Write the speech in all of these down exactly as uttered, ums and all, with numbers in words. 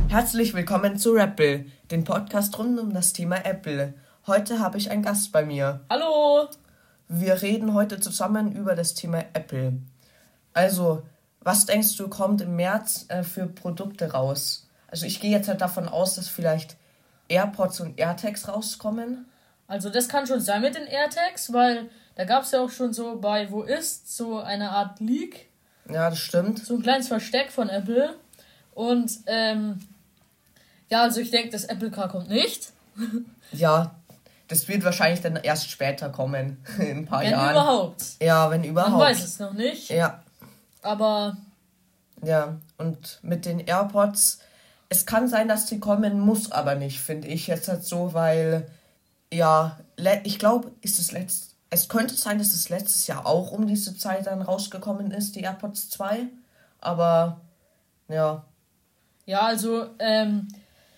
Herzlich willkommen zu Rapple, den Podcast rund um das Thema Apple. Heute habe ich einen Gast bei mir. Hallo! Wir reden heute zusammen über das Thema Apple. Also, was denkst du, kommt im März äh, für Produkte raus? Also ich gehe jetzt halt davon aus, dass vielleicht AirPods und AirTags rauskommen. Also das kann schon sein mit den AirTags, weil da gab es ja auch schon so bei Wo ist so eine Art Leak. Ja, das stimmt. So ein kleines Versteck von Apple. Und ähm, ja, also ich denke, das Apple Car kommt nicht. Ja, das wird wahrscheinlich dann erst später kommen, in ein paar wenn Jahren. Wenn überhaupt. Ja, wenn überhaupt. Man weiß es noch nicht. Ja. Aber... Ja, und mit den AirPods, es kann sein, dass die kommen, muss aber nicht, finde ich jetzt halt so, weil, ja, ich glaube, ist es letzt, es könnte sein, dass es letztes Jahr auch um diese Zeit dann rausgekommen ist, die AirPods zwei, aber, ja. Ja, also, ähm,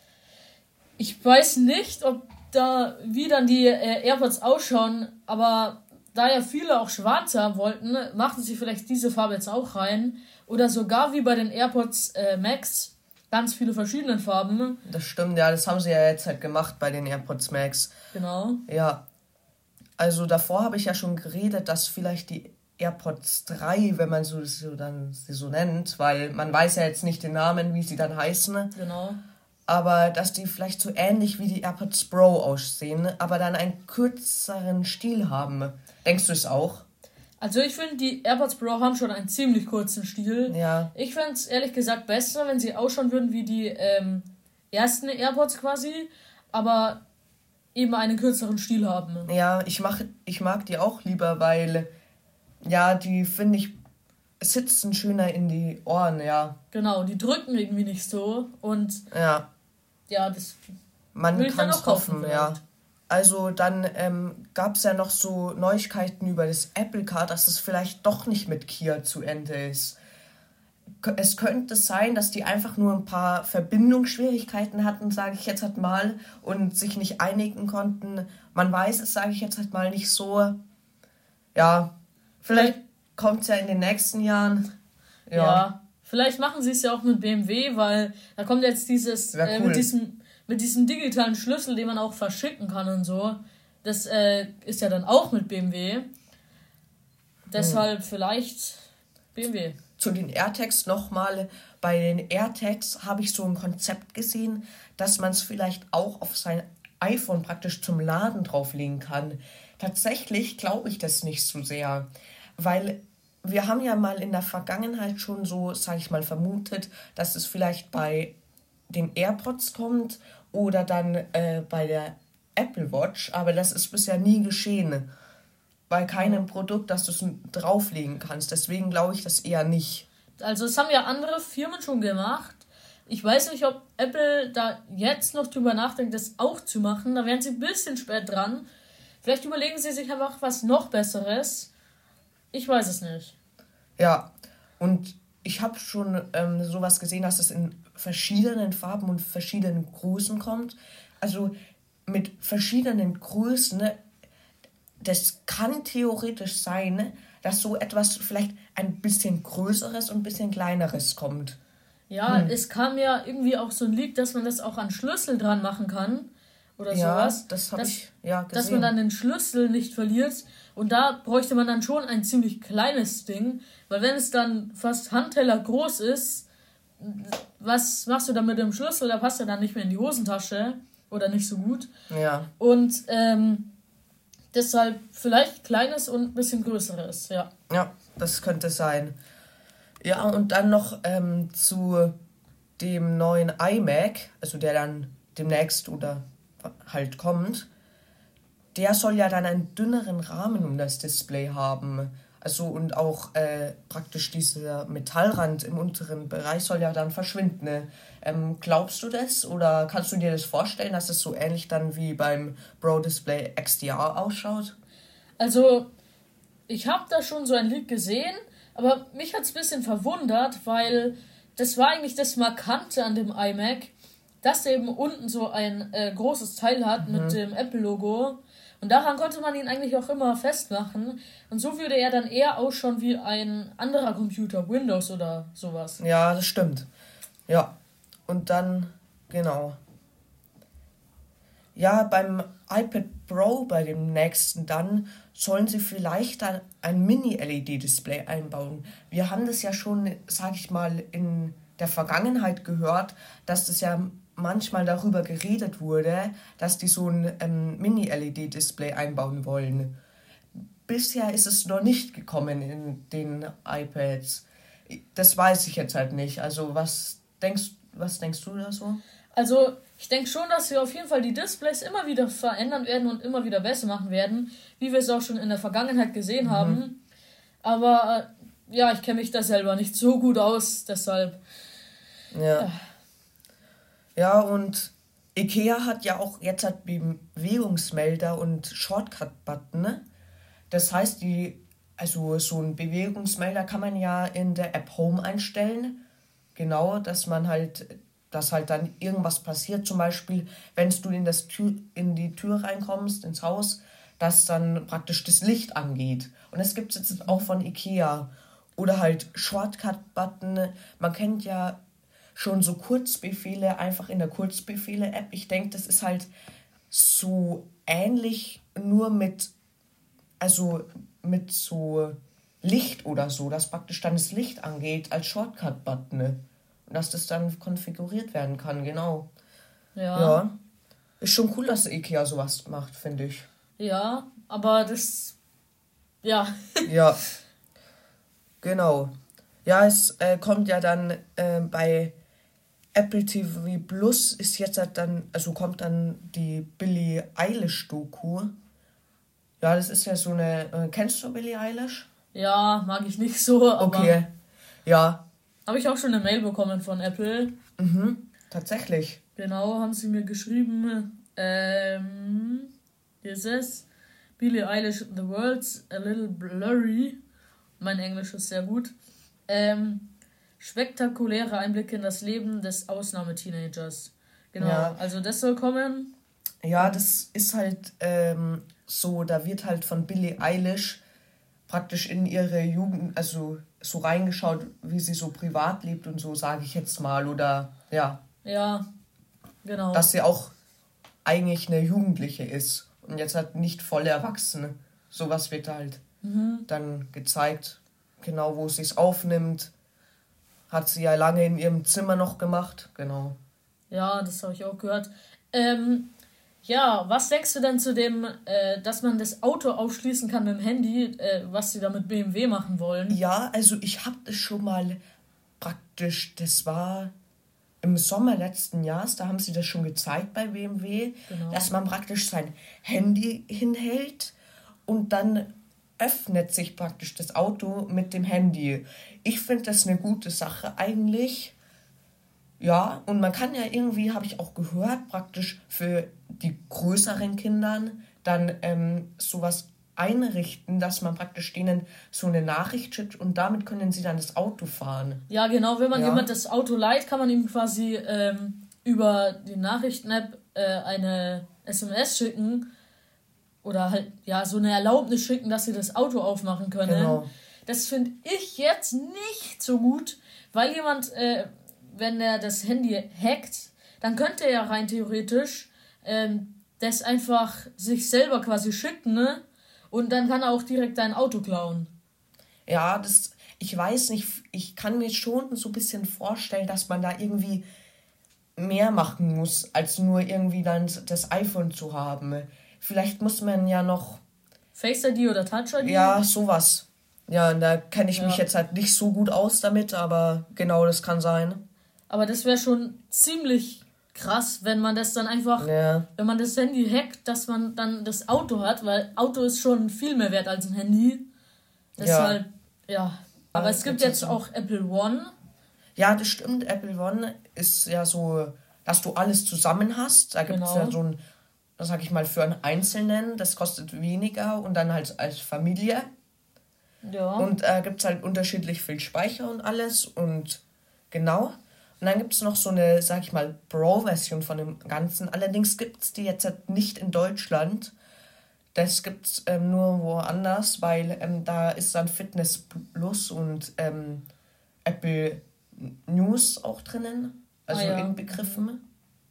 ich weiß nicht, ob da, wie dann die äh, AirPods ausschauen, aber da ja viele auch schwarz haben wollten, machten sie vielleicht diese Farbe jetzt auch rein. Oder sogar wie bei den AirPods äh, Max, ganz viele verschiedene Farben. Das stimmt, ja, das haben sie ja jetzt halt gemacht bei den AirPods Max. Genau. Ja, also davor habe ich ja schon geredet, dass vielleicht die AirPods drei, wenn man so, so dann sie so nennt, weil man weiß ja jetzt nicht den Namen, wie sie dann heißen. Genau. Aber dass die vielleicht so ähnlich wie die AirPods Pro aussehen, aber dann einen kürzeren Stiel haben. Denkst du es auch? Also ich finde, die AirPods Pro haben schon einen ziemlich kurzen Stiel. Ja. Ich fände es ehrlich gesagt besser, wenn sie ausschauen würden wie die ähm, ersten AirPods quasi, aber eben einen kürzeren Stiel haben. Ja, ich, mach, ich mag die auch lieber, weil, ja, die, finde ich, sitzen schöner in die Ohren, ja. Genau, die drücken irgendwie nicht so und ja, ja das man will ich kann dann es auch kaufen, hoffen, ja. Also dann ähm, gab es ja noch so Neuigkeiten über das Apple Car, dass es vielleicht doch nicht mit Kia zu Ende ist. Es könnte sein, dass die einfach nur ein paar Verbindungsschwierigkeiten hatten, sage ich jetzt halt mal, und sich nicht einigen konnten. Man weiß es, sage ich jetzt halt mal, nicht so. Ja, vielleicht kommt es ja in den nächsten Jahren. Ja. ja, vielleicht machen sie es ja auch mit B M W, weil da kommt jetzt dieses cool. äh, mit diesem mit diesem digitalen Schlüssel, den man auch verschicken kann und so. Das äh, ist ja dann auch mit B M W. Deshalb hm. vielleicht B M W. Zu den AirTags nochmal. Bei den AirTags habe ich so ein Konzept gesehen, dass man es vielleicht auch auf sein iPhone praktisch zum Laden drauflegen kann. Tatsächlich glaube ich das nicht so sehr, weil wir haben ja mal in der Vergangenheit schon so, sage ich mal, vermutet, dass es vielleicht bei den AirPods kommt oder dann äh, bei der Apple Watch, aber das ist bisher nie geschehen. Bei keinem Produkt, dass du es drauflegen kannst. Deswegen glaube ich das eher nicht. Also das haben ja andere Firmen schon gemacht. Ich weiß nicht, ob Apple da jetzt noch drüber nachdenkt, das auch zu machen. Da wären sie ein bisschen spät dran. Vielleicht überlegen sie sich einfach was noch Besseres. Ich weiß es nicht. Ja, und ich habe schon ähm, sowas gesehen, dass es in verschiedenen Farben und verschiedenen Größen kommt. Also mit verschiedenen Größen, ne, das kann theoretisch sein, ne, dass so etwas vielleicht ein bisschen Größeres und ein bisschen Kleineres kommt. Ja, hm. es kam ja irgendwie auch so ein Leak, dass man das auch an Schlüssel dran machen kann. Oder ja, sowas. das habe ich ja gesehen. Dass man dann den Schlüssel nicht verliert. Und da bräuchte man dann schon ein ziemlich kleines Ding. Weil wenn es dann fast Handteller groß ist, was machst du dann mit dem Schlüssel? Da passt er dann nicht mehr in die Hosentasche. Oder nicht so gut. Ja. Und ähm, deshalb vielleicht kleines und ein bisschen größeres, ja. Ja, das könnte sein. Ja, und dann noch ähm, zu dem neuen iMac, also der dann demnächst oder halt kommt. Der soll ja dann einen dünneren Rahmen um das Display haben. Also und auch äh, praktisch dieser Metallrand im unteren Bereich soll ja dann verschwinden. Ne? Ähm, glaubst du das oder kannst du dir das vorstellen, dass es so ähnlich dann wie beim Pro Display X D R ausschaut? Also, ich habe da schon so ein Leak gesehen, aber mich hat es ein bisschen verwundert, weil das war eigentlich das Markante an dem iMac, dass er eben unten so ein äh, großes Teil hat mhm. mit dem Apple-Logo. Und daran konnte man ihn eigentlich auch immer festmachen. Und so würde er dann eher ausschauen wie ein anderer Computer, Windows oder sowas. Ja, das stimmt. Ja. Und dann Genau. Ja, beim iPad Pro, bei dem nächsten dann, sollen sie vielleicht dann ein Mini-L E D-Display einbauen. Wir haben das ja schon, sag ich mal, in der Vergangenheit gehört, dass das ja manchmal darüber geredet wurde, dass die so ein ähm, Mini-L E D-Display einbauen wollen. Bisher ist es noch nicht gekommen in den iPads. Das weiß ich jetzt halt nicht. Also was denkst, was denkst du da so? Also ich denke schon, dass wir auf jeden Fall die Displays immer wieder verändern werden und immer wieder besser machen werden, wie wir es auch schon in der Vergangenheit gesehen mhm. haben. Aber äh, ja, ich kenne mich da selber nicht so gut aus, deshalb. Ja. Ja, ja und IKEA hat ja auch jetzt halt Bewegungsmelder und Shortcut-Button. Ne? Das heißt, die, also so ein Bewegungsmelder kann man ja in der App Home einstellen. Genau, dass man halt, dass halt dann irgendwas passiert. Zum Beispiel, wenn du in, das Tür, in die Tür reinkommst, ins Haus, dass dann praktisch das Licht angeht. Und das gibt es jetzt auch von IKEA. Oder halt Shortcut-Button. Man kennt ja schon so Kurzbefehle einfach in der Kurzbefehle-App. Ich denke, das ist halt so ähnlich, nur mit also mit so Licht oder so, dass praktisch dann das Licht angeht als Shortcut-Button. Ne? Und dass das dann konfiguriert werden kann, genau. Ja. Ja. Ist schon cool, dass IKEA sowas macht, finde ich. Ja, aber das... Ja. Ja. Genau. Ja, es äh, kommt ja dann äh, bei Apple T V Plus ist jetzt halt dann, also kommt dann die Billie Eilish-Doku. Ja, das ist ja so eine... Äh, kennst du Billie Eilish? Ja, mag ich nicht so, aber... Okay, ja. Habe ich auch schon eine Mail bekommen von Apple. Mhm, tatsächlich. Genau, haben sie mir geschrieben. Ähm... Hier ist es. Billie Eilish, The World's a Little Blurry. Mein Englisch ist sehr gut. Ähm... Spektakuläre Einblicke in das Leben des Ausnahmeteenagers. Genau, ja. Also das soll kommen. Ja, das ist halt ähm, so, da wird halt von Billie Eilish praktisch in ihre Jugend, also so reingeschaut, wie sie so privat lebt und so, sage ich jetzt mal, oder ja. Ja, genau. Dass sie auch eigentlich eine Jugendliche ist und jetzt halt nicht voll Erwachsene. Sowas wird halt mhm. dann gezeigt, genau wo sie es aufnimmt. Hat sie ja lange in ihrem Zimmer noch gemacht, genau. Ja, das habe ich auch gehört. Ähm, ja, was denkst du denn zu dem, äh, dass man das Auto aufschließen kann mit dem Handy, äh, was sie da mit B M W machen wollen? Ja, also ich habe das schon mal praktisch, das war im Sommer letzten Jahres, da haben sie das schon gezeigt bei B M W, genau. Dass man praktisch sein Handy hinhält und dann öffnet sich praktisch das Auto mit dem Handy. Ich finde das eine gute Sache eigentlich. Ja, und man kann ja irgendwie, habe ich auch gehört, praktisch für die größeren Kindern dann ähm, sowas einrichten, dass man praktisch denen so eine Nachricht schickt und damit können sie dann das Auto fahren. Ja, genau, wenn man ja. jemand das Auto leiht, kann man ihm quasi ähm, über die Nachrichten-App äh, eine S M S schicken oder halt, ja, so eine Erlaubnis schicken, dass sie das Auto aufmachen können. Genau. Das finde ich jetzt nicht so gut, weil jemand, äh, wenn er das Handy hackt, dann könnte er ja rein theoretisch ähm, das einfach sich selber quasi schicken, ne? Und dann kann er auch direkt dein Auto klauen. Ja, das, ich weiß nicht, ich kann mir schon so ein bisschen vorstellen, dass man da irgendwie mehr machen muss, als nur irgendwie dann das iPhone zu haben. Vielleicht muss man ja noch... Face I D oder Touch I D? Ja, sowas. Ja, und da kenne ich ja. mich jetzt halt nicht so gut aus damit, aber genau, das kann sein. Aber das wäre schon ziemlich krass, wenn man das dann einfach, ja. wenn man das Handy hackt, dass man dann das Auto hat, weil Auto ist schon viel mehr wert als ein Handy. Deshalb, ja. ja. Aber ja, es gibt jetzt auch Apple One. Ja, das stimmt. Apple One ist ja so, dass du alles zusammen hast. Da gibt es genau. ja so ein, sag ich mal, für einen Einzelnen, das kostet weniger und dann halt als Familie. Ja. Und da äh, gibt es halt unterschiedlich viel Speicher und alles und genau. Und dann gibt es noch so eine, sag ich mal, Pro-Version von dem Ganzen. Allerdings gibt es die jetzt halt nicht in Deutschland. Das gibt es ähm, nur woanders, weil ähm, da ist dann Fitness Plus und ähm, Apple News auch drinnen. Also ah, ja. inbegriffen.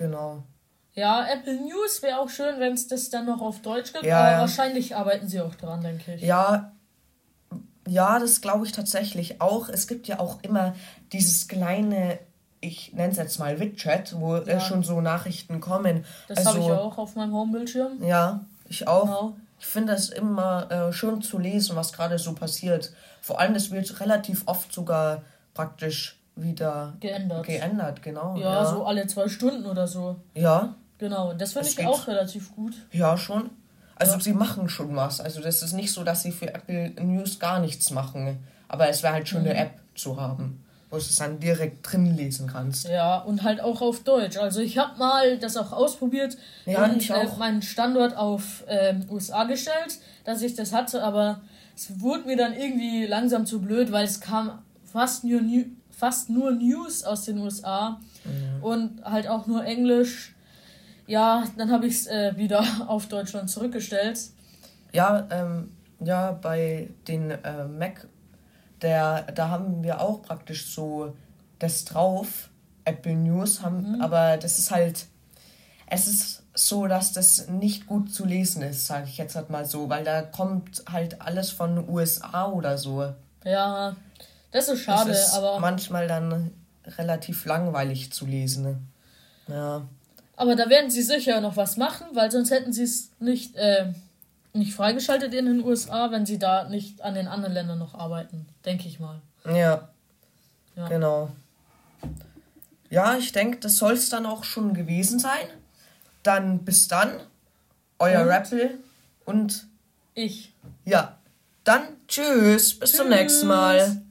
Genau. Ja, Apple News wäre auch schön, wenn es das dann noch auf Deutsch gibt, Ja, aber ja. wahrscheinlich arbeiten sie auch dran, denke ich. Ja, ja, das glaube ich tatsächlich auch. Es gibt ja auch immer dieses kleine, ich nenne es jetzt mal Widget, wo Ja. äh, schon so Nachrichten kommen. Das also, habe ich auch auf meinem Homebildschirm. Ja, ich auch. Genau. Ich finde es immer äh, schön zu lesen, was gerade so passiert. Vor allem, das wird relativ oft sogar praktisch wieder Geändert. geändert, genau. Ja, so alle zwei Stunden oder so. Ja, Genau, das finde Das ich geht. auch relativ gut. ja, schon. Also Ja. sie machen schon was. Also das ist nicht so, dass sie für Apple News gar nichts machen. Aber es wäre halt schon Mhm. eine App zu haben, wo du es dann direkt drin lesen kannst. Ja, und halt auch auf Deutsch. Also ich habe mal das auch ausprobiert Ja, und ich auch. Äh, meinen Standort auf ähm, U S A gestellt, dass ich das hatte, aber es wurde mir dann irgendwie langsam zu blöd, weil es kam fast nur, New- fast nur News aus den U S A Mhm. und halt auch nur Englisch. Ja, dann habe ich es äh, wieder auf Deutschland zurückgestellt. Ja, ähm, ja, bei den äh, Mac, der, da haben wir auch praktisch so das drauf, Apple News, haben, Mhm. aber das ist halt, es ist so, dass das nicht gut zu lesen ist, sage ich jetzt halt mal so, weil da kommt halt alles von U S A oder so. Ja, das ist schade, das ist aber, manchmal dann relativ langweilig zu lesen. Ja, aber da werden sie sicher noch was machen, weil sonst hätten sie es nicht, äh, nicht freigeschaltet in den U S A, wenn sie da nicht an den anderen Ländern noch arbeiten, denke ich mal. ja, Ja. genau. Ja, ich denke, das soll es dann auch schon gewesen sein. Dann bis dann, euer Und? Rappel und Ich. ja, dann tschüss, bis zum nächsten Mal. Tschüss.